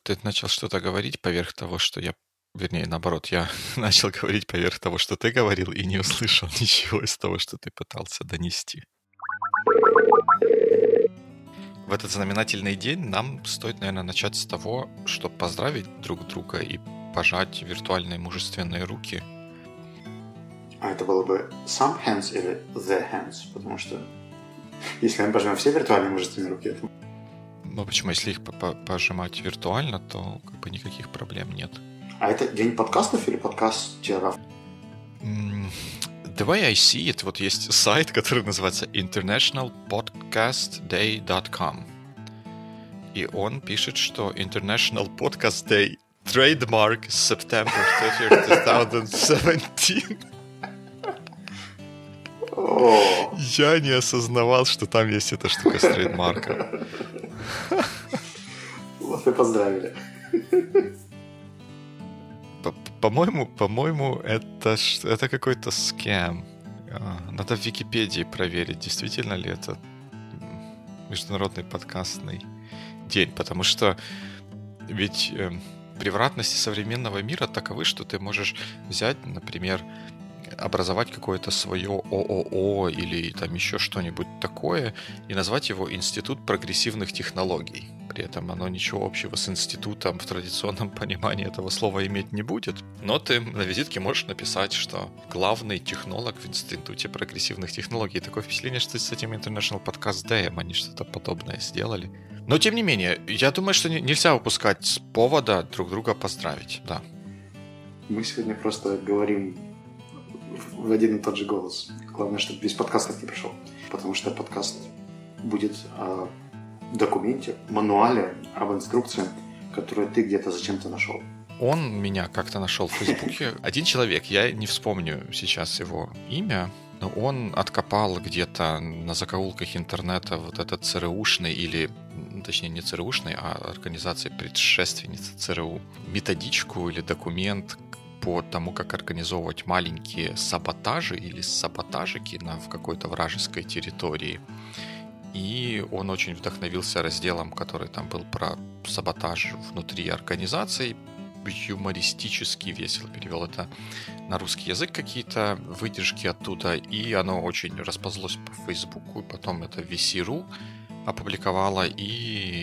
Ты начал что-то говорить поверх того, что я... Вернее, наоборот, я начал говорить поверх того, что ты говорил, и не услышал ничего из того, что ты пытался донести. В этот знаменательный день нам стоит, наверное, начать с того, чтобы поздравить друг друга и пожать виртуальные мужественные руки. А это было бы some hands или the hands? Потому что если мы пожмем все виртуальные мужественные руки, это... Ну почему? Если их пожимать виртуально, то как бы никаких проблем нет. А это день подкастов или подкастеров? The way I see it, вот есть сайт, который называется internationalpodcastday.com. И он пишет, что International Podcast Day trademark September 30th, 2017. Я не осознавал, что там есть эта штука с трейдмарком. Вот и поздравили. По-моему, это какой-то скам. Надо в Википедии проверить, действительно ли это международный подкастный день. Потому что ведь превратности современного мира таковы, что ты можешь взять, например, образовать какое-то свое ООО или там еще что-нибудь такое и назвать его Институт прогрессивных технологий. При этом оно ничего общего с институтом в традиционном понимании этого слова иметь не будет. Но ты на визитке можешь написать, что главный технолог в Институте прогрессивных технологий. Такое впечатление, что с этим International Podcast Day они что-то подобное сделали. Но тем не менее, я думаю, что нельзя упускать с повода друг друга поздравить. Да. Мы сегодня просто говорим в один и тот же голос. Главное, чтобы весь подкаст не пришел. Потому что подкаст будет о документе, мануале, об инструкции, которую ты где-то зачем-то нашел. Он меня как-то нашел в Фейсбуке. Один человек, я не вспомню сейчас его имя, но он откопал где-то на закоулках интернета вот этот ЦРУшный или, точнее, не ЦРУшный, а организации предшественницы ЦРУ, методичку или документ по тому, как организовывать маленькие саботажи или саботажики в какой-то вражеской территории. И он очень вдохновился разделом, который там был про саботаж внутри организаций. Юмористически весело перевел это на русский язык, какие-то выдержки оттуда. И оно очень расползлось по Фейсбуку. Потом это VC.ru опубликовала, и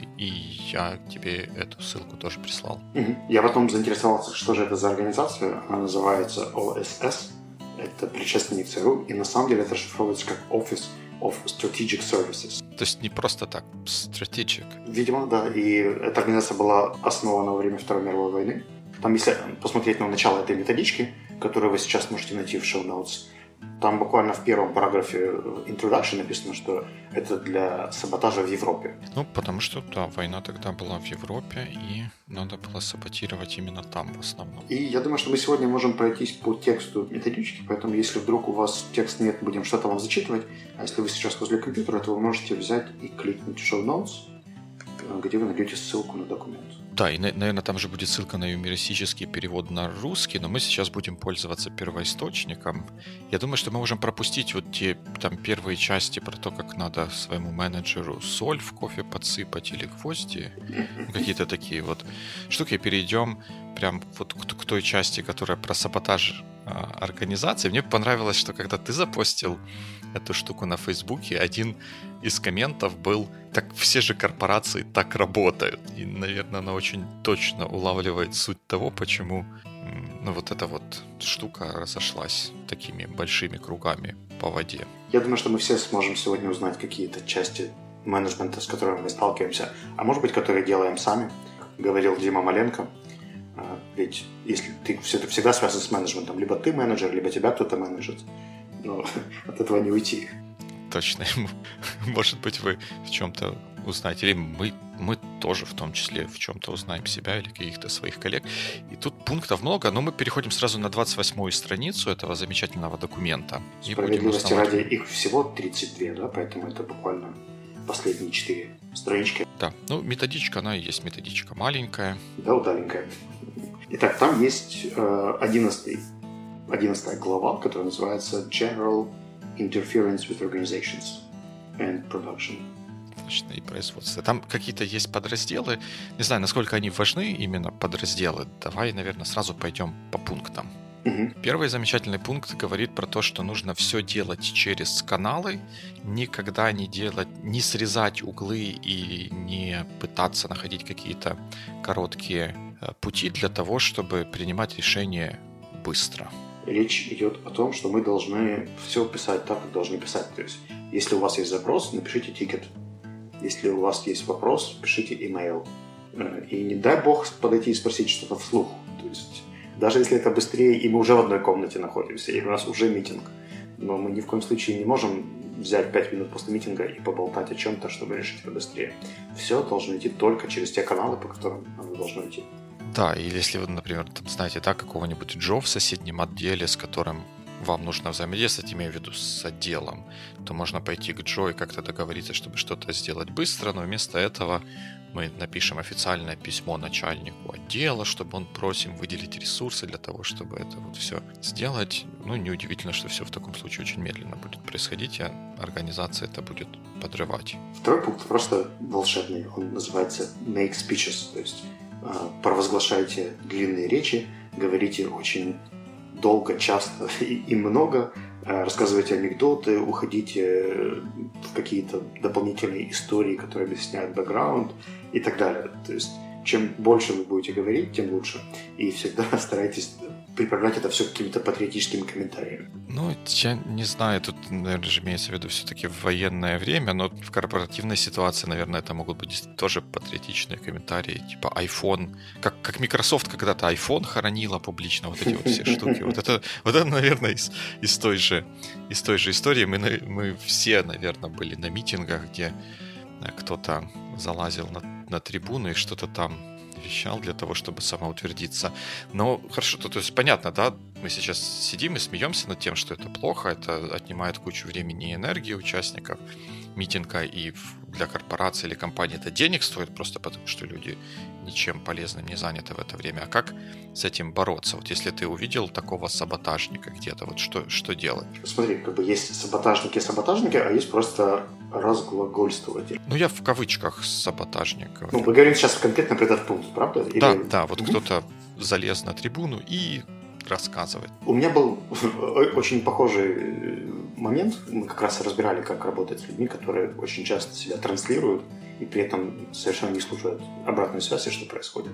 я тебе эту ссылку тоже прислал. Я потом заинтересовался, что же это за организация. Она называется OSS. Это предшественник ЦРУ. И на самом деле это расшифровывается как Office of Strategic Services. То есть не просто так, strategic. Видимо, да. И эта организация была основана во время Второй мировой войны. Там, если посмотреть на начало этой методички, которую вы сейчас можете найти в show notes, там буквально в первом параграфе introduction написано, что это для саботажа в Европе. Ну, потому что, да, война тогда была в Европе, и надо было саботировать именно там в основном. И я думаю, что мы сегодня можем пройтись по тексту методички, поэтому если вдруг у вас текст нет, будем что-то вам зачитывать, а если вы сейчас возле компьютера, то вы можете взять и кликнуть show notes, где вы найдете ссылку на документ. Да, и, наверное, там же будет ссылка на юмористический перевод на русский, но мы сейчас будем пользоваться первоисточником. Я думаю, что мы можем пропустить вот те там первые части про то, как надо своему менеджеру соль в кофе подсыпать или гвозди, какие-то такие вот штуки. И перейдем прям вот к той части, которая про саботаж организации. Мне понравилось, что когда ты запостил эту штуку на Фейсбуке, один из комментов был: так все же корпорации так работают. И, наверное, она очень точно улавливает суть того, почему вот эта вот штука разошлась такими большими кругами по воде. Я думаю, что мы все сможем сегодня узнать какие-то части менеджмента, с которыми мы сталкиваемся, а может быть, которые делаем сами. Говорил Дима Маленко. Ведь если ты всегда связан с менеджментом, либо ты менеджер, либо тебя кто-то менеджит. Но от этого не уйти. Точно. Может быть, вы в чем-то узнаете, или мы тоже в том числе в чем-то узнаем себя или каких-то своих коллег. И тут пунктов много, но мы переходим сразу на 28-ю страницу этого замечательного документа. Справедливости ради, их всего 32, да, поэтому это буквально последние 4 странички. Да, ну методичка, она и есть методичка маленькая. Да, удаленькая. Итак, там есть 11 глава, которая называется General Interference with Organizations and Production. различные производства. Там какие-то есть подразделы. Не знаю, насколько они важны, именно подразделы. Давай, наверное, сразу пойдем по пунктам. Первый замечательный пункт говорит про то, что нужно все делать через каналы, никогда не срезать углы и не пытаться находить какие-то короткие пути для того, чтобы принимать решения быстро. Речь идет о том, что мы должны все писать так, как должны писать. То есть, если у вас есть запрос, напишите тикет. Если у вас есть вопрос, пишите email. И не дай бог подойти и спросить что-то вслух. То есть, даже если это быстрее, и мы уже в одной комнате находимся, и у нас уже митинг, но мы ни в коем случае не можем взять 5 минут после митинга и поболтать о чем-то, чтобы решить это быстрее. Все должно идти только через те каналы, по которым оно должно идти. Да, или если вы, например, там, знаете, да, какого-нибудь Джо в соседнем отделе, с которым вам нужно взаимодействовать, имею в виду с отделом, то можно пойти к Джо и как-то договориться, чтобы что-то сделать быстро, но вместо этого мы напишем официальное письмо начальнику отдела, чтобы он просим выделить ресурсы для того, чтобы это вот все сделать. Ну, неудивительно, что все в таком случае очень медленно будет происходить, а организация это будет подрывать. Второй пункт просто волшебный. Он называется make speeches, то есть провозглашайте длинные речи, говорите очень долго, часто и много, рассказывайте анекдоты, уходите в какие-то дополнительные истории, которые объясняют бэкграунд и так далее. То есть, чем больше вы будете говорить, тем лучше. И всегда старайтесь приправлять это все какими-то патриотическими комментариями. Ну, я не знаю, тут, наверное, же имеется в виду все-таки в военное время, но в корпоративной ситуации, наверное, это могут быть тоже патриотичные комментарии, типа iPhone, как Microsoft когда-то iPhone хоронила публично, вот эти вот все штуки. Вот это, наверное, из той же истории. Мы все, наверное, были на митингах, где кто-то залазил на трибуну и что-то там вещал для того, чтобы самоутвердиться. Но хорошо, то есть понятно, да, мы сейчас сидим и смеемся над тем, что это плохо, это отнимает кучу времени и энергии участников митинга, и для корпорации или компании это денег стоит просто потому, что люди ничем полезным не заняты в это время. А как с этим бороться? Вот если ты увидел такого саботажника где-то, вот что делать? Смотри, как бы есть саботажники, а есть просто разглагольствователь. Ну, я в кавычках саботажник. Ну, мы говорим сейчас конкретно про этот пункт, правда? Да, вот кто-то залез на трибуну и рассказывает. У меня был очень похожий момент. Мы как раз разбирали, как работать с людьми, которые очень часто себя транслируют и при этом совершенно не слушают обратную связь, и что происходит.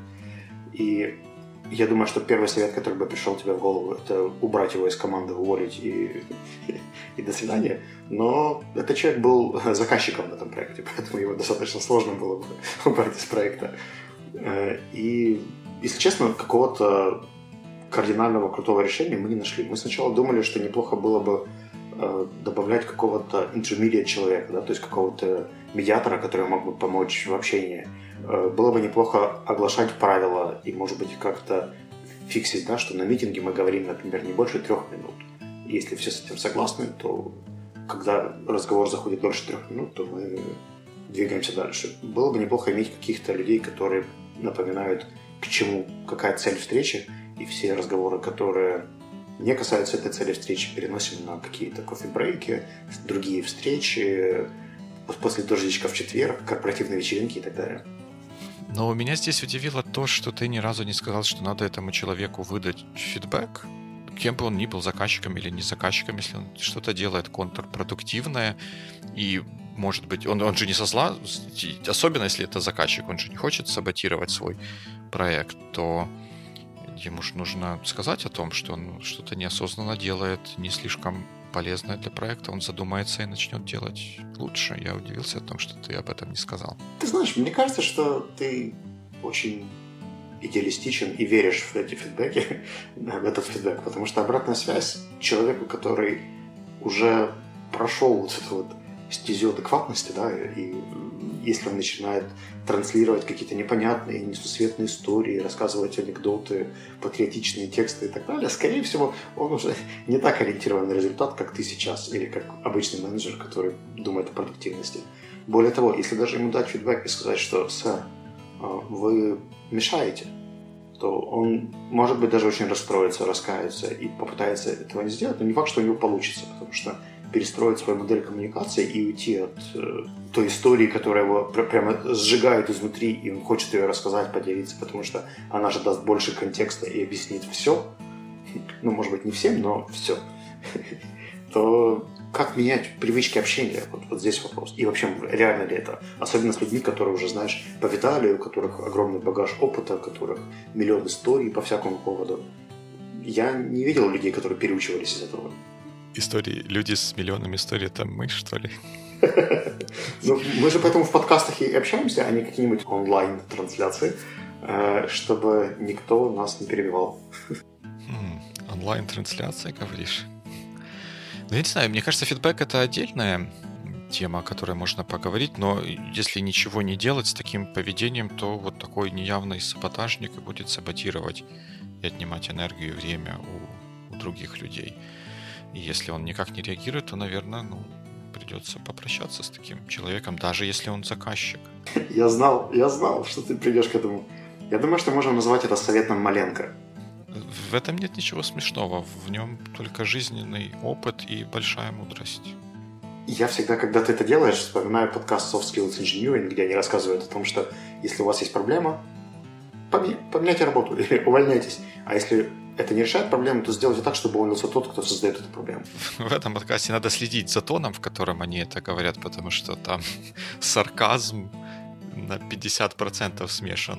И я думаю, что первый совет, который бы пришел тебе в голову, это убрать его из команды, уволить и до свидания. Но этот человек был заказчиком на этом проекте, поэтому его достаточно сложно было бы убрать из проекта. И, если честно, какого-то кардинального крутого решения мы не нашли. Мы сначала думали, что неплохо было бы добавлять какого-то intermediate человека, да, то есть какого-то медиатора, который мог бы помочь в общении. Было бы неплохо оглашать правила и, может быть, как-то фиксить, да, что на митинге мы говорим, например, не больше 3 минут. И если все с этим согласны, то когда разговор заходит дольше 3 минут, то мы двигаемся дальше. Было бы неплохо иметь каких-то людей, которые напоминают, к чему, какая цель встречи, и все разговоры, которые не касаются этой цели встречи, переносим на какие-то кофе-брейки, другие встречи, после дождичка в четверг, корпоративные вечеринки и так далее. Но меня здесь удивило то, что ты ни разу не сказал, что надо этому человеку выдать фидбэк, кем бы он ни был, заказчиком или не заказчиком, если он что-то делает контрпродуктивное, и, может быть, он же не со зла, особенно если это заказчик, он же не хочет саботировать свой проект, то ему же нужно сказать о том, что он что-то неосознанно делает, не слишком полезное для проекта, он задумается и начнет делать лучше. Я удивился о том, что ты об этом не сказал. Ты знаешь, мне кажется, что ты очень идеалистичен и веришь в эти фидбэки, в этот фидбэк, потому что обратная связь человеку, который уже прошел вот эту вот стезю адекватности, да, и если он начинает транслировать какие-то непонятные, несусветные истории, рассказывать анекдоты, патриотичные тексты и так далее, скорее всего, он уже не так ориентирован на результат, как ты сейчас, или как обычный менеджер, который думает о продуктивности. Более того, если даже ему дать фидбэк и сказать, что «Сэр, вы мешаете», то он, может быть, даже очень расстроится, раскается и попытается этого не сделать, но не факт, что у него получится, потому что перестроить свою модель коммуникации и уйти от той истории, которая его прямо сжигает изнутри, и он хочет ее рассказать, поделиться, потому что она же даст больше контекста и объяснит все, ну, может быть, не всем, но все, то как менять привычки общения? Вот здесь вопрос. И вообще, реально ли это? Особенно с людьми, которые уже, знаешь, повидали, у которых огромный багаж опыта, у которых миллион историй по всякому поводу. Я не видел людей, которые переучивались из этого. Истории, люди с миллионами историй, это мы, что ли? Ну, мы же поэтому в подкастах и общаемся, а не какие-нибудь онлайн-трансляции, чтобы никто нас не перебивал. Онлайн-трансляция, говоришь? Ну, я не знаю, мне кажется, фидбэк — это отдельная тема, о которой можно поговорить, но если ничего не делать с таким поведением, то вот такой неявный саботажник и будет саботировать и отнимать энергию и время у других людей. И если он никак не реагирует, то, наверное, придется попрощаться с таким человеком, даже если он заказчик. Я знал, что ты придешь к этому. Я думаю, что можно назвать это советом Маленко. В этом нет ничего смешного. В нем только жизненный опыт и большая мудрость. Я всегда, когда ты это делаешь, вспоминаю подкаст Soft Skills Engineering, где они рассказывают о том, что если у вас есть проблема, поменяйте работу или увольняйтесь. А если это не решает проблему, то сделайте так, чтобы уволился тот, кто создает эту проблему. В этом подкасте надо следить за тоном, в котором они это говорят, потому что там сарказм на 50% смешан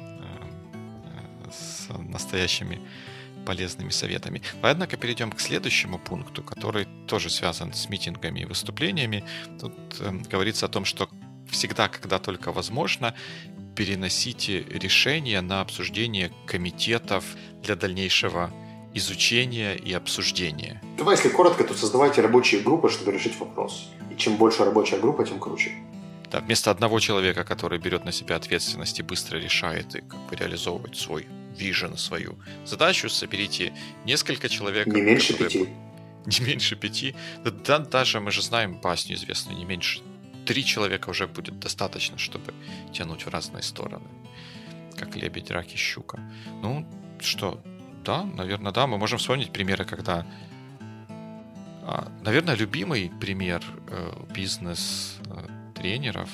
с настоящими полезными советами. Однако перейдем к следующему пункту, который тоже связан с митингами и выступлениями. Тут говорится о том, что всегда, когда только возможно, переносите решения на обсуждение комитетов для дальнейшего изучения и обсуждения. Давай, если коротко, то создавайте рабочие группы, чтобы решить вопрос. И чем больше рабочая группа, тем круче. Да, вместо одного человека, который берет на себя ответственность и быстро решает и реализовывает свой вижен, свою задачу, соберите несколько человек. Не меньше 5. Не меньше 5. Да, даже мы же знаем басню известную, не меньше 3 человека уже будет достаточно, чтобы тянуть в разные стороны. Как лебедь, рак и щука. Ну, что, да, наверное, да. Мы можем вспомнить примеры, когда... Наверное, любимый пример бизнес-тренеров.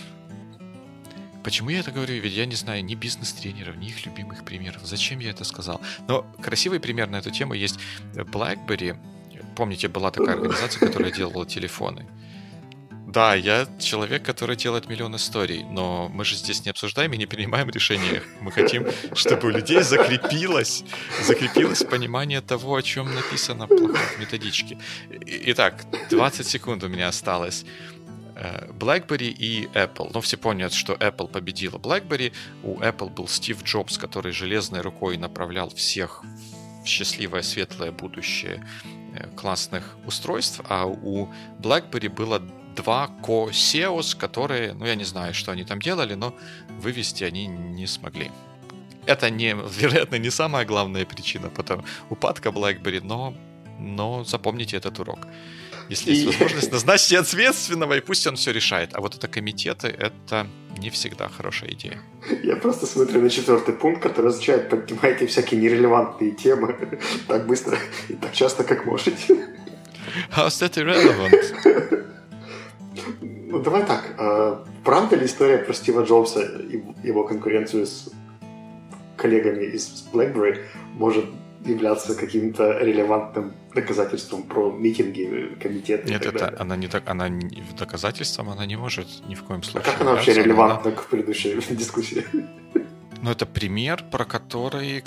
Почему я это говорю? Ведь я не знаю ни бизнес-тренеров, ни их любимых примеров. Зачем я это сказал? Но красивый пример на эту тему есть BlackBerry. Помните, была такая организация, которая делала телефоны. Да, я человек, который делает миллион историй, но мы же здесь не обсуждаем и не принимаем решения. Мы хотим, чтобы у людей закрепилось понимание того, о чем написано в методичке. Итак, 20 секунд у меня осталось. BlackBerry и Apple. Ну, все помнят, что Apple победила BlackBerry. У Apple был Стив Джобс, который железной рукой направлял всех в счастливое, светлое будущее классных устройств, а у BlackBerry было 2 co-CEOs, которые, я не знаю, что они там делали, но вывести они не смогли. Это, вероятно, не самая главная причина упадка BlackBerry, но запомните этот урок. Если есть возможность, назначьте ответственного, и пусть он все решает. А вот это комитеты, это не всегда хорошая идея. Я просто смотрю на 4-й пункт, который означает, поднимайте всякие нерелевантные темы так быстро и так часто, как можете. How's that irrelevant? Ну, давай так. Правда ли история про Стива Джобса и его конкуренцию с коллегами из BlackBerry может являться каким-то релевантным доказательством про митинги, комитеты? Нет, она доказательством она не может ни в коем случае. А как она вообще релевантна к предыдущей дискуссии? Ну, это пример, про который,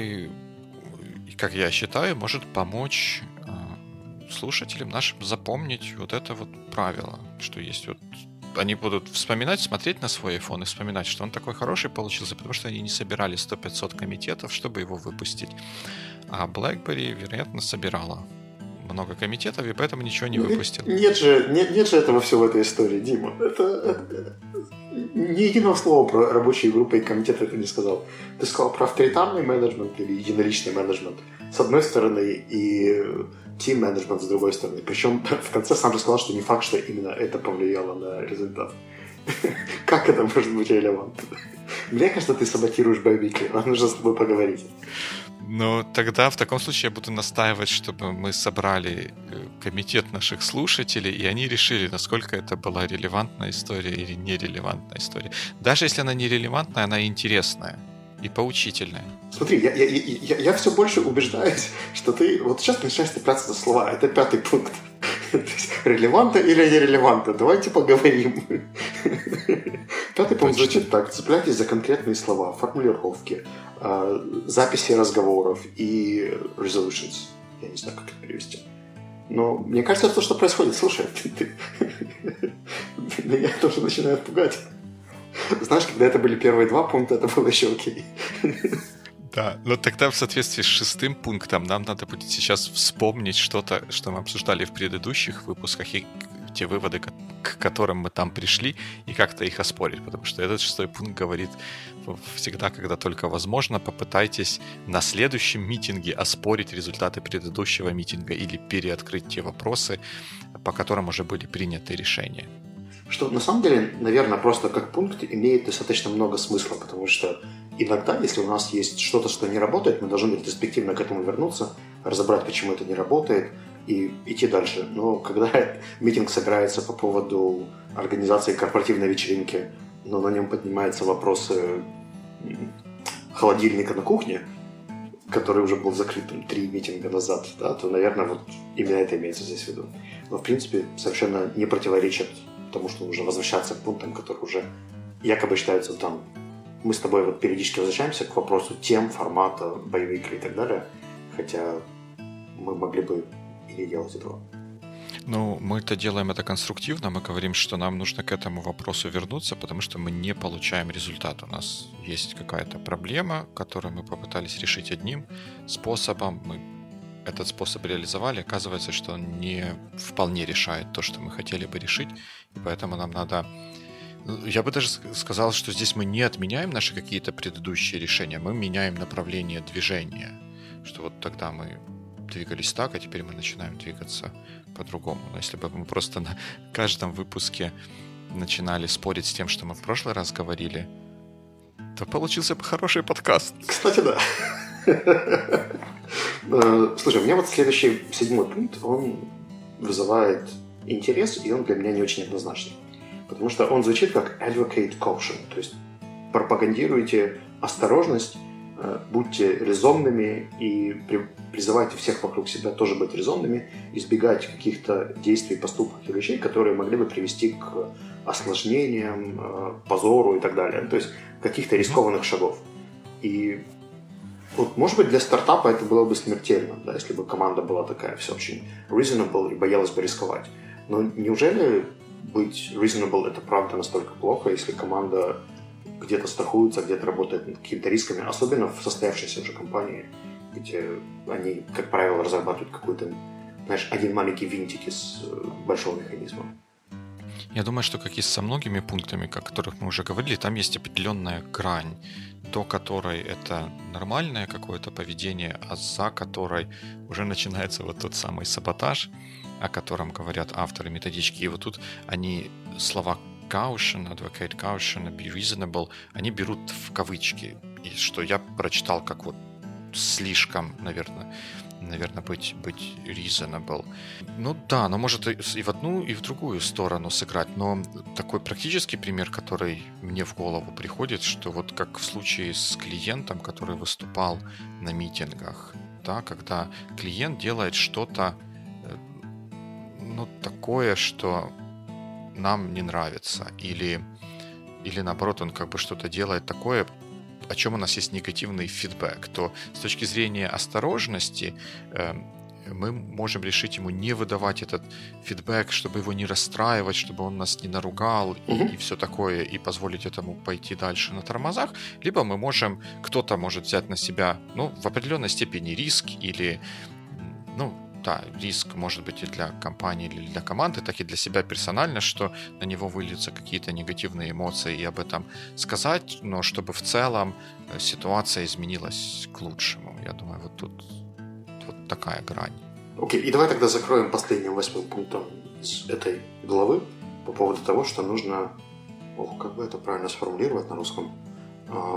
как я считаю, может помочь слушателям нашим запомнить вот это вот правило, что есть вот... Они будут вспоминать, смотреть на свой iPhone и вспоминать, что он такой хороший получился, потому что они не собирали 100-500 комитетов, чтобы его выпустить. А BlackBerry, вероятно, собирала много комитетов, и поэтому ничего не выпустил. Нет же этого всего в этой истории, Дима. Это ни единого слова про рабочие группы и комитеты ты не сказал. Ты сказал про авторитарный менеджмент или единоличный менеджмент с одной стороны и тим-менеджмент с другой стороны. Причем в конце сам же сказал, что не факт, что именно это повлияло на результат. Как это может быть релевантно? Мне кажется, ты саботируешь Biweekly. Нам нужно с тобой поговорить. Но тогда в таком случае я буду настаивать, чтобы мы собрали комитет наших слушателей, и они решили, насколько это была релевантная история или нерелевантная история. Даже если она нерелевантная, она интересная и поучительная. Смотри, я все больше убеждаюсь, что ты вот сейчас начинаешь цепляться за слова. Это 5-й пункт. Релевантно или нерелевантно? Давайте поговорим. 5-й пункт звучит так. Цепляйтесь за конкретные слова, формулировки, записи разговоров и resolutions. Я не знаю, как это перевести. Но мне кажется, это то, что происходит. Слушай, меня тоже начинает пугать. Знаешь, когда это были первые 2 пункта, это было еще окей. Да, но тогда в соответствии с 6-м пунктом нам надо будет сейчас вспомнить что-то, что мы обсуждали в предыдущих выпусках, и те выводы, к которым мы там пришли, и как-то их оспорить. Потому что этот 6-й пункт говорит всегда, когда только возможно, попытайтесь на следующем митинге оспорить результаты предыдущего митинга или переоткрыть те вопросы, по которым уже были приняты решения. Что на самом деле, наверное, просто как пункт имеет достаточно много смысла, потому что иногда, если у нас есть что-то, что не работает, мы должны ретроспективно к этому вернуться, разобрать, почему это не работает, и идти дальше. Но когда митинг собирается по поводу организации корпоративной вечеринки, но на нем поднимаются вопросы холодильника на кухне, который уже был закрыт 3 митинга назад, да, то, наверное, вот именно это имеется здесь в виду. Но, в принципе, совершенно не противоречит тому, что нужно возвращаться к пунктам, которые уже якобы считаются там. Мы с тобой вот периодически возвращаемся к вопросу тем, формата, боевых и так далее, хотя мы могли бы и не делать этого. Ну, мы-то делаем это конструктивно, мы говорим, что нам нужно к этому вопросу вернуться, потому что мы не получаем результат. У нас есть какая-то проблема, которую мы попытались решить одним способом, мы этот способ реализовали, оказывается, что он не вполне решает то, что мы хотели бы решить, и поэтому нам надо... Я бы даже сказал, что здесь мы не отменяем наши какие-то предыдущие решения, мы меняем направление движения, что вот тогда мы двигались так, а теперь мы начинаем двигаться по-другому. Но если бы мы просто на каждом выпуске начинали спорить с тем, что мы в прошлый раз говорили, то получился бы хороший подкаст. Кстати, да. Слушай, у меня вот следующий 7-й пункт, он вызывает интерес, и он для меня не очень однозначный. Потому что он звучит как advocate caution, то есть пропагандируйте осторожность, будьте резонными и призывайте всех вокруг себя тоже быть резонными, избегать каких-то действий, поступков и вещей, которые могли бы привести к осложнениям, позору и так далее. То есть каких-то рискованных шагов. И вот, может быть, для стартапа это было бы смертельно, да, если бы команда была такая вся очень reasonable и боялась бы рисковать. Но неужели быть reasonable это правда настолько плохо, если команда где-то страхуется, где-то работает над какими-то рисками, особенно в состоявшейся уже компании, где они, как правило, разрабатывают какой-то, знаешь, один маленький винтик из большого механизма. Я думаю, что, как и со многими пунктами, о которых мы уже говорили, там есть определенная грань, до которой это нормальное какое-то поведение, а за которой уже начинается вот тот самый саботаж, о котором говорят авторы методички. И вот тут они слова caution, advocate caution, be reasonable, они берут в кавычки, и что я прочитал как вот слишком, наверное, быть reasonable. Ну да, но может и в одну, и в другую сторону сыграть. Но такой практический пример, который мне в голову приходит, что вот как в случае с клиентом, который выступал на митингах, да, когда клиент делает что-то, ну, такое, что нам не нравится, или наоборот, он как бы что-то делает такое, о чем у нас есть негативный фидбэк, то с точки зрения осторожности мы можем решить ему не выдавать этот фидбэк, чтобы его не расстраивать, чтобы он нас не наругал и все такое, и позволить этому пойти дальше на тормозах. Либо мы можем, кто-то может взять на себя, ну, в определенной степени риск или, ну, да, риск может быть и для компании или для команды, так и для себя персонально, что на него выльются какие-то негативные эмоции и об этом сказать, но чтобы в целом ситуация изменилась к лучшему. Я думаю, вот тут вот такая грань. Окей, и давай тогда закроем последним 8-м пунктом из этой главы по поводу того, что нужно, как бы это правильно сформулировать на русском,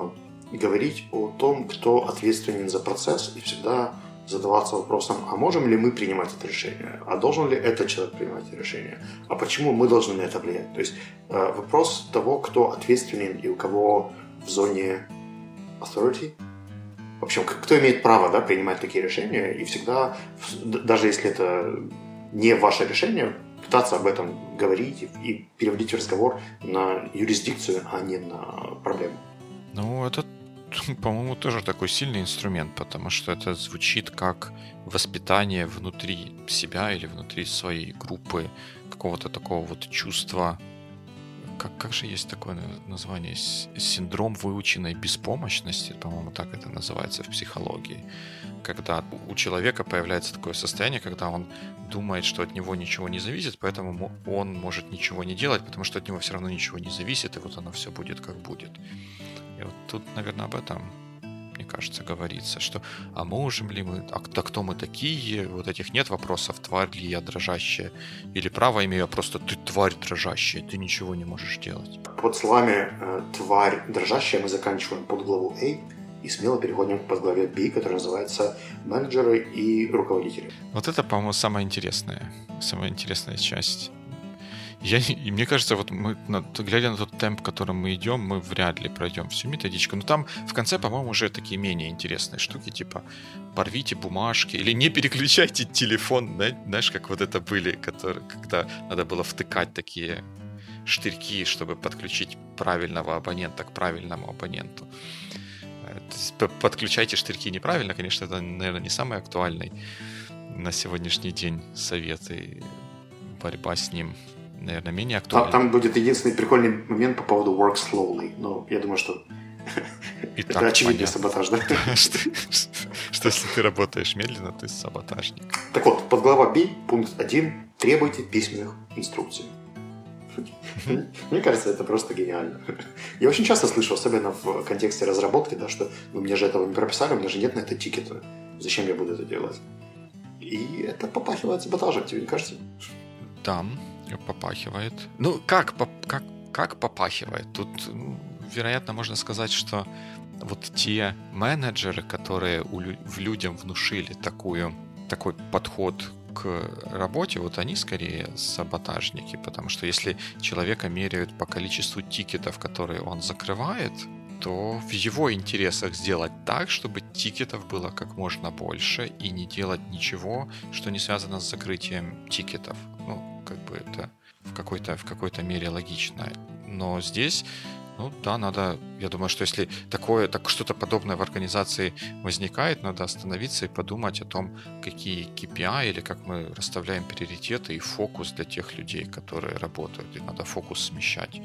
говорить о том, кто ответственен за процесс, и всегда задаваться вопросом, а можем ли мы принимать это решение, а должен ли этот человек принимать это решение, а почему мы должны на это влиять. То есть вопрос того, кто ответственен и у кого в зоне authority, в общем, кто имеет право, да, принимать такие решения, и всегда, даже если это не ваше решение, пытаться об этом говорить и переводить разговор на юрисдикцию, а не на проблему. Ну, это, по-моему, тоже такой сильный инструмент, потому что это звучит как воспитание внутри себя или внутри своей группы какого-то такого вот чувства. Как же есть такое название? Синдром выученной беспомощности, по-моему, так это называется в психологии. Когда у человека появляется такое состояние, когда он думает, что от него ничего не зависит, поэтому он может ничего не делать, потому что от него все равно ничего не зависит, и вот оно все будет как будет. И вот тут, наверное, об этом, мне кажется, говорится, что а можем ли мы, да кто мы такие, вот этих нет вопросов, тварь ли я дрожащая, или право имею, а просто ты тварь дрожащая, ты ничего не можешь делать. Под словами «тварь дрожащая» мы заканчиваем подглаву A и смело переходим к подглаве B, которая называется «менеджеры и руководители». Вот это, по-моему, самая интересная часть. И мне кажется, вот мы, глядя на тот темп, которым мы идем, мы вряд ли пройдем всю методичку. Но там в конце, по-моему, уже такие менее интересные штуки, типа порвите бумажки или не переключайте телефон, знаешь, как вот это были, когда надо было втыкать такие штырьки, чтобы подключить правильного абонента к правильному абоненту. Подключайте штырьки неправильно, конечно, это, наверное, не самый актуальный на сегодняшний день совет, и борьба с ним, наверное, менее актуальна. Там будет единственный прикольный момент по поводу work slowly, но я думаю, что это очевидный саботаж, да? Что если ты работаешь медленно, ты саботажник. Так вот, подглава B, пункт 1, требуйте письменных инструкций. Мне кажется, это просто гениально. Я очень часто слышу, особенно в контексте разработки, да, что мне же этого не прописали, у меня же нет на это тикета. Зачем я буду это делать? И это попахивает саботажем, тебе не кажется? Да, попахивает. Ну, как попахивает? Тут, вероятно, можно сказать, что вот те менеджеры, которые в людям внушили такой подход к работе, вот они скорее саботажники, потому что если человека меряют по количеству тикетов, которые он закрывает, то в его интересах сделать так, чтобы тикетов было как можно больше и не делать ничего, что не связано с закрытием тикетов. Ну, как бы это в какой-то мере логично. Но здесь, надо, я думаю, что если что-то подобное в организации возникает, надо остановиться и подумать о том, какие KPI или как мы расставляем приоритеты и фокус для тех людей, которые работают. И надо фокус смещать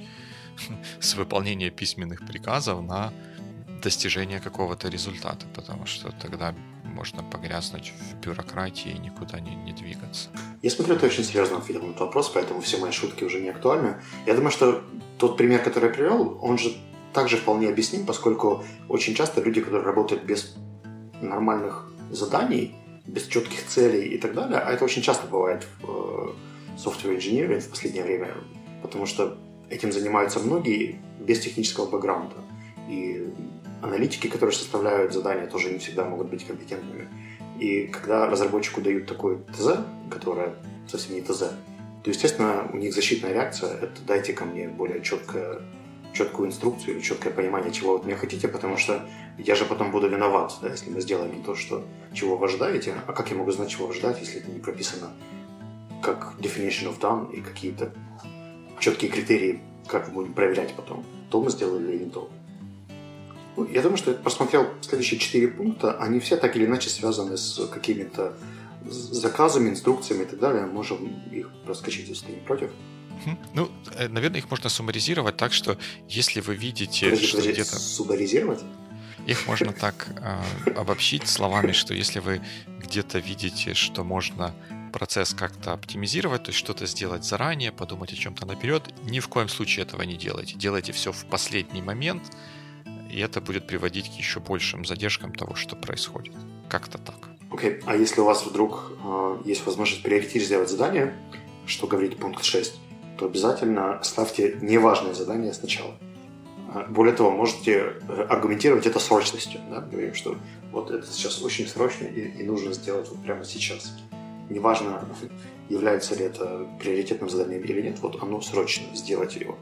с выполнения письменных приказов на достижение какого-то результата, потому что тогда можно погрязнуть в бюрократии и никуда не двигаться. Я смотрю, ты очень серьезно ответил на этот вопрос, поэтому все мои шутки уже не актуальны. Я думаю, что тот пример, который я привел, он же также вполне объясним, поскольку очень часто люди, которые работают без нормальных заданий, без четких целей и так далее, а это очень часто бывает в software engineering в последнее время, потому что этим занимаются многие без технического бэкграунда. И аналитики, которые составляют задания, тоже не всегда могут быть компетентными. И когда разработчику дают такое ТЗ, которое совсем не ТЗ, то, естественно, у них защитная реакция – это дайте ко мне более четкую инструкцию или четкое понимание, чего вы от меня хотите, потому что я же потом буду виноват, да, если мы сделаем не то, чего вы ожидаете. А как я могу знать, чего ожидать, если это не прописано как definition of done и какие-то четкие критерии, как мы будем проверять потом, то мы сделали или не то. Я думаю, что я просмотрел следующие 4 пункта. Они все так или иначе связаны с какими-то заказами, инструкциями и так далее. Можем их проскочить, если ты не против. Наверное, их можно суммаризировать так, что если вы видите, что где-то... Суммаризировать? Их можно так обобщить словами, что если вы где-то видите, что можно процесс как-то оптимизировать, то есть что-то сделать заранее, подумать о чем-то наперед, ни в коем случае этого не делайте. Делайте все в последний момент, и это будет приводить к еще большим задержкам того, что происходит. Как-то так. Окей. А если у вас вдруг есть возможность приоритизировать задание, что говорит пункт 6, то обязательно ставьте неважное задание сначала. Более того, можете аргументировать это срочностью. Да? Говорим, что вот это сейчас очень срочно и нужно сделать вот прямо сейчас. Неважно, является ли это приоритетным заданием или нет, вот оно срочно, сделайте его.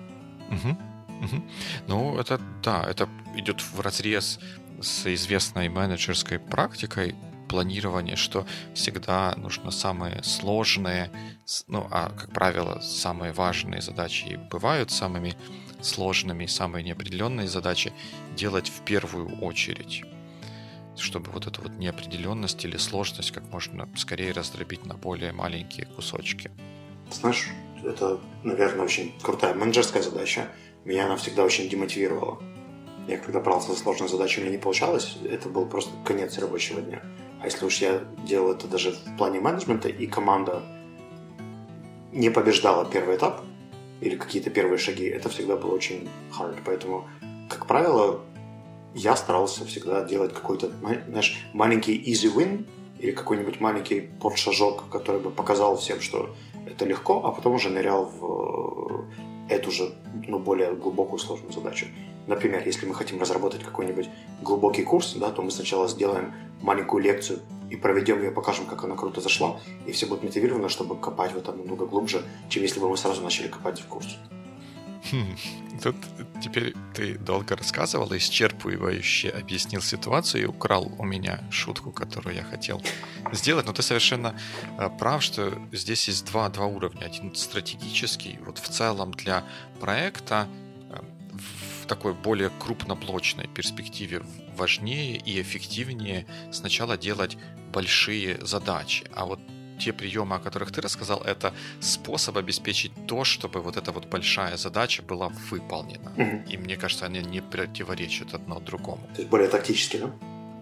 Ну, это да, это идет вразрез с известной менеджерской практикой планирования, что всегда нужно самые сложные, ну, а, как правило, самые важные задачи и бывают самыми сложными, самые неопределенные задачи делать в первую очередь, чтобы вот эту вот неопределенность или сложность как можно скорее раздробить на более маленькие кусочки. Знаешь, это, наверное, очень крутая менеджерская задача. Меня она всегда очень демотивировала. Я когда брался за сложную задачу, у меня не получалось, это был просто конец рабочего дня. А если уж я делал это даже в плане менеджмента, и команда не побеждала первый этап или какие-то первые шаги, это всегда было очень hard. Поэтому, как правило, я старался всегда делать какой-то, знаешь, маленький easy win или какой-нибудь маленький подшажок, который бы показал всем, что это легко, а потом уже нырял в эту же, более глубокую сложную задачу. Например, если мы хотим разработать какой-нибудь глубокий курс, да, то мы сначала сделаем маленькую лекцию и проведем ее, покажем, как она круто зашла, и все будут мотивированы, чтобы копать в этом намного глубже, чем если бы мы сразу начали копать в курс. Тут теперь ты долго рассказывал, исчерпывающе объяснил ситуацию и украл у меня шутку, которую я хотел сделать. Но ты совершенно прав, что здесь есть два уровня. Один стратегический, вот в целом для проекта в такой более крупноблочной перспективе важнее и эффективнее сначала делать большие задачи. А вот те приемы, о которых ты рассказал, это способ обеспечить то, чтобы вот эта вот большая задача была выполнена. И мне кажется, они не противоречат одно другому. То есть более тактически, да?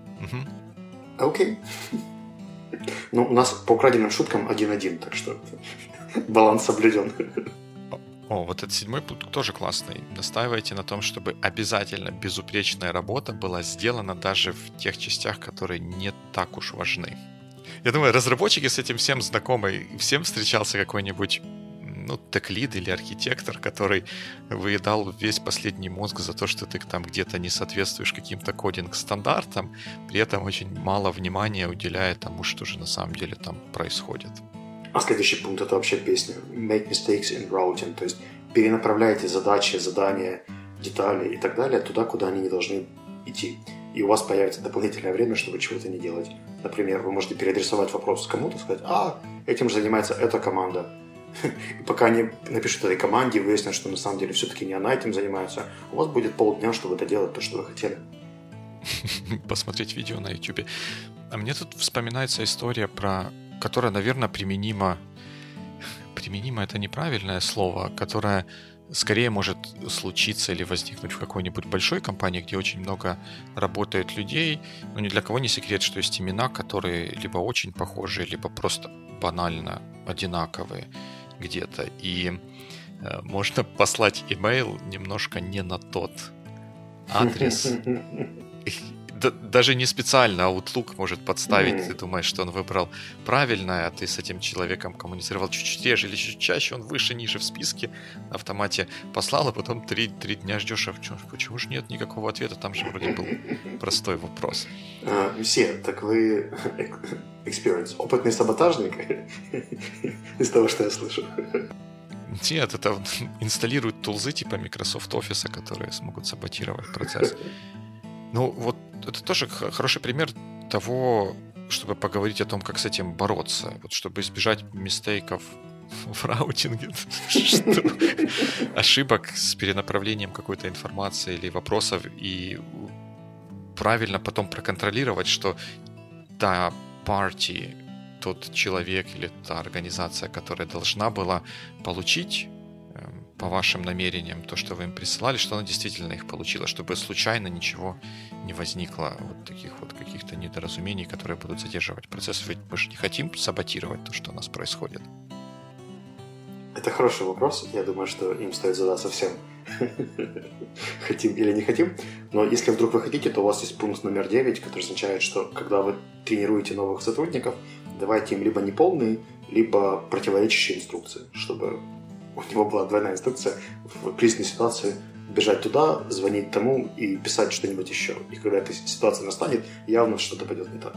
Окей. Ну, у нас по украденным шуткам 1-1, так что баланс соблюден. О, вот этот 7-й пункт тоже классный. Настаивайте на том, чтобы обязательно безупречная работа была сделана даже в тех частях, которые не так уж важны. Я думаю, разработчики с этим всем знакомы. Всем встречался какой-нибудь теклид или архитектор, который выедал весь последний мозг за то, что ты там где-то не соответствуешь каким-то кодинг-стандартам, при этом очень мало внимания уделяя тому, что же на самом деле там происходит. А следующий пункт — это вообще песня «Make mistakes in routing», то есть перенаправляйте задачи, задания, детали и так далее туда, куда они не должны идти. И у вас появится дополнительное время, чтобы чего-то не делать. Например, вы можете переадресовать вопрос кому-то, сказать: этим же занимается эта команда. И пока они напишут этой команде и выяснят, что на самом деле все-таки не она этим занимается, у вас будет полдня, чтобы доделать то, что вы хотели. Посмотреть видео на YouTube. А мне тут вспоминается история, которая, наверное, применима это неправильное слово, которая скорее может случиться или возникнуть в какой-нибудь большой компании, где очень много работает людей. Но ни для кого не секрет, что есть имена, которые либо очень похожи, либо просто банально одинаковые где-то. И можно послать имейл немножко не на тот адрес. Даже не специально Outlook может подставить. Ты думаешь, что он выбрал правильное, а ты с этим человеком коммуницировал чуть-чуть реже или чуть чаще, он выше, ниже в списке, на автомате послал, а потом 3 дня ждешь, а почему же нет никакого ответа? Там же вроде был простой вопрос. Все, так вы experience, опытный саботажник из того, что я слышу. Нет, это инсталируют тулзы типа Microsoft Office, которые смогут саботировать процесс. Ну, вот это тоже хороший пример того, чтобы поговорить о том, как с этим бороться. Вот чтобы избежать мистейков в раутинге, ошибок с перенаправлением какой-то информации или вопросов, и правильно потом проконтролировать, что та партия, тот человек или та организация, которая должна была получить по вашим намерениям то, что вы им присылали, что она действительно их получила, чтобы случайно ничего не возникло вот таких вот каких-то недоразумений, которые будут задерживать процесс. Ведь мы же не хотим саботировать то, что у нас происходит. Это хороший вопрос. Я думаю, что им стоит задаться всем. Хотим или не хотим. Но если вдруг вы хотите, то у вас есть пункт номер 9, который означает, что когда вы тренируете новых сотрудников, давайте им либо неполные, либо противоречащие инструкции, чтобы у него была двойная инструкция в кризисной ситуации бежать туда, звонить тому и писать что-нибудь еще. И когда эта ситуация настанет, явно что-то пойдет не так.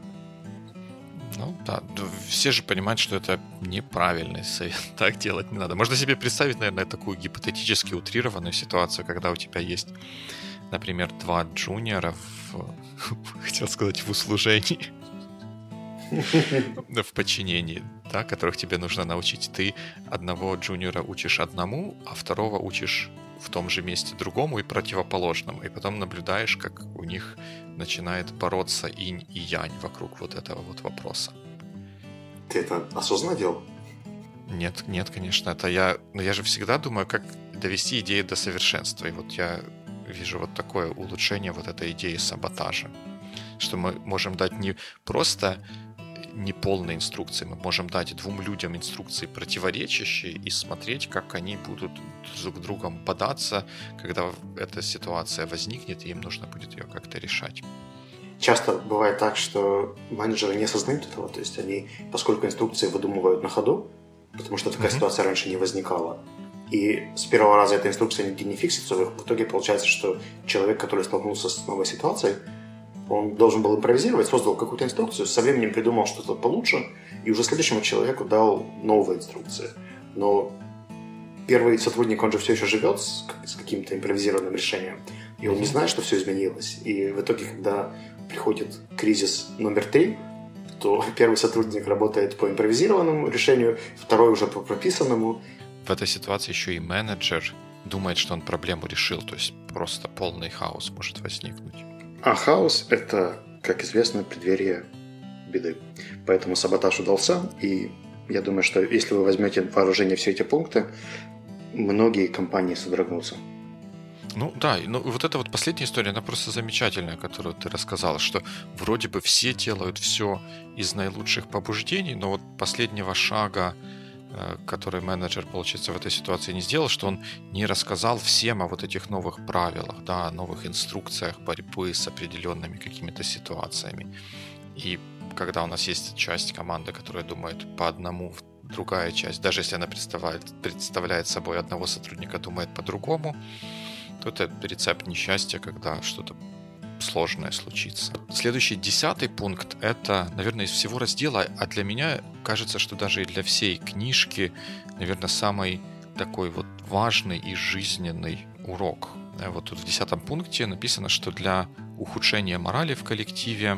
Ну да, все же понимают, что это неправильный совет. Так делать не надо. Можно себе представить, наверное, такую гипотетически утрированную ситуацию, когда у тебя есть, например, 2 джуниора хотел сказать, в услужении, в подчинении, да, которых тебе нужно научить. Ты одного джуниора учишь одному, а второго учишь в том же месте другому и противоположному. И потом наблюдаешь, как у них начинает бороться инь и янь вокруг вот этого вот вопроса. Ты это осознанно делал? Нет, конечно. Это я же всегда думаю, как довести идею до совершенства. И вот я вижу вот такое улучшение вот этой идеи саботажа. Что мы можем дать не просто неполные инструкции, мы можем дать 2 людям инструкции противоречащие и смотреть, как они будут друг с другом бодаться, когда эта ситуация возникнет, и им нужно будет ее как-то решать. Часто бывает так, что менеджеры не осознают этого, то есть они, поскольку инструкции выдумывают на ходу, потому что такая ситуация раньше не возникала, и с первого раза эта инструкция нигде не фиксится, в итоге получается, что человек, который столкнулся с новой ситуацией, он должен был импровизировать, создал какую-то инструкцию, со временем придумал что-то получше, и уже следующему человеку дал новые инструкции. Но первый сотрудник, он же все еще живет с каким-то импровизированным решением, и он не знает, что все изменилось. И в итоге, когда приходит кризис номер 3, то первый сотрудник работает по импровизированному решению, второй уже по прописанному. В этой ситуации еще и менеджер думает, что он проблему решил, то есть просто полный хаос может возникнуть. А хаос – это, как известно, преддверие беды. Поэтому саботаж удался, и я думаю, что если вы возьмете в вооружение все эти пункты, многие компании содрогнутся. Ну да, ну вот эта вот последняя история, она просто замечательная, которую ты рассказал, что вроде бы все делают все из наилучших побуждений, но вот последнего шага, который менеджер, получается, в этой ситуации не сделал, что он не рассказал всем о вот этих новых правилах, да, о новых инструкциях борьбы с определенными какими-то ситуациями. И когда у нас есть часть команды, которая думает по одному, другая часть, даже если она представляет собой одного сотрудника, думает по-другому, то это рецепт несчастья, когда что-то сложное случится. Следующий 10-й пункт — это, наверное, из всего раздела, а для меня кажется, что даже и для всей книжки, наверное, самый такой вот важный и жизненный урок. Вот тут в 10-м пункте написано, что для ухудшения морали в коллективе,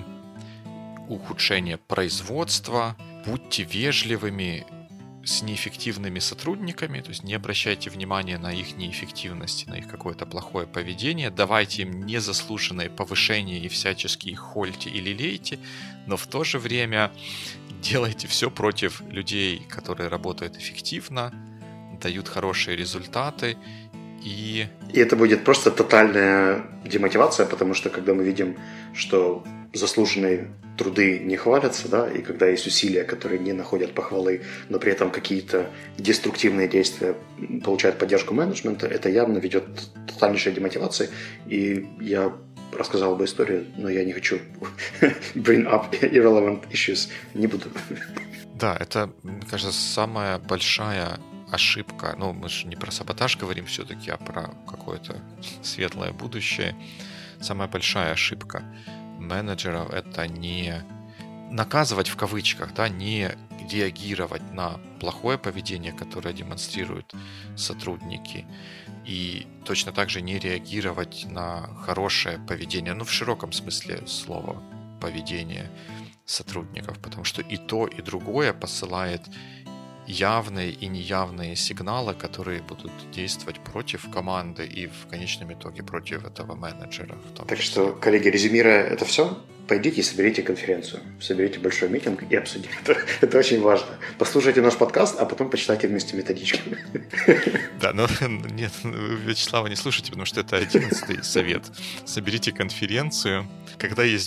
ухудшения производства, будьте вежливыми с неэффективными сотрудниками, то есть не обращайте внимания на их неэффективность, на их какое-то плохое поведение, давайте им незаслуженное повышение и всячески их хольте и лелейте, но в то же время делайте все против людей, которые работают эффективно, дают хорошие результаты. И это будет просто тотальная демотивация, потому что когда мы видим, что заслуженные труды не хвалятся, да, и когда есть усилия, которые не находят похвалы, но при этом какие-то деструктивные действия получают поддержку менеджмента, это явно ведет к тотальнейшей демотивации. И я рассказал бы историю, но я не хочу bring up irrelevant issues, не буду. Да, это, мне кажется, самая большая ошибка. Ну, мы же не про саботаж говорим все-таки, а про какое-то светлое будущее. Самая большая ошибка менеджеров — это не наказывать в кавычках, да, не реагировать на плохое поведение, которое демонстрируют сотрудники, и точно так же не реагировать на хорошее поведение, ну, в широком смысле слова, поведение сотрудников, потому что и то, и другое посылает явные и неявные сигналы, которые будут действовать против команды и в конечном итоге против этого менеджера. Так что, коллеги, резюмируя это все, пойдите и соберите конференцию, соберите большой митинг и обсудим. Это очень важно. Послушайте наш подкаст, а потом почитайте вместе методичку. Да, но нет, Вячеслава не слушайте, потому что это 11-й совет. Соберите конференцию, когда есть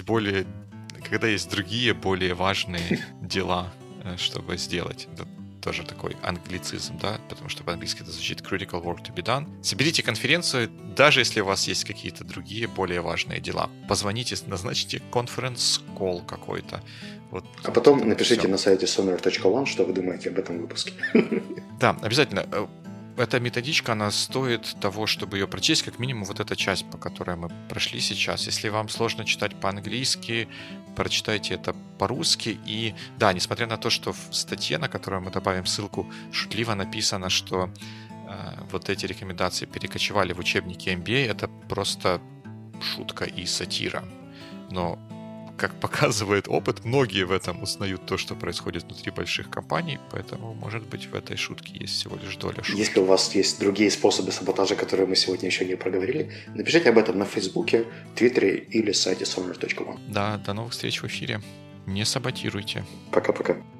другие, более важные дела, чтобы сделать. Тоже такой англицизм, да, потому что по-английски это звучит critical work to be done. Соберите конференцию, даже если у вас есть какие-то другие, более важные дела. Позвоните, назначьте конференц-колл какой-то. Вот, а потом напишите все на сайте sonar.one, что вы думаете об этом выпуске. Да, обязательно. эта методичка, она стоит того, чтобы ее прочесть, как минимум вот эта часть, по которой мы прошли сейчас. Если вам сложно читать по-английски, прочитайте это по-русски. И да, несмотря на то, что в статье, на которую мы добавим ссылку, шутливо написано, что вот эти рекомендации перекочевали в учебники MBA, это просто шутка и сатира. Но, как показывает опыт, многие в этом узнают то, что происходит внутри больших компаний, поэтому, может быть, в этой шутке есть всего лишь доля шутки. Если у вас есть другие способы саботажа, которые мы сегодня еще не проговорили, напишите об этом на Фейсбуке, Твиттере или сайте sonar.one. Да, до новых встреч в эфире. Не саботируйте. Пока-пока.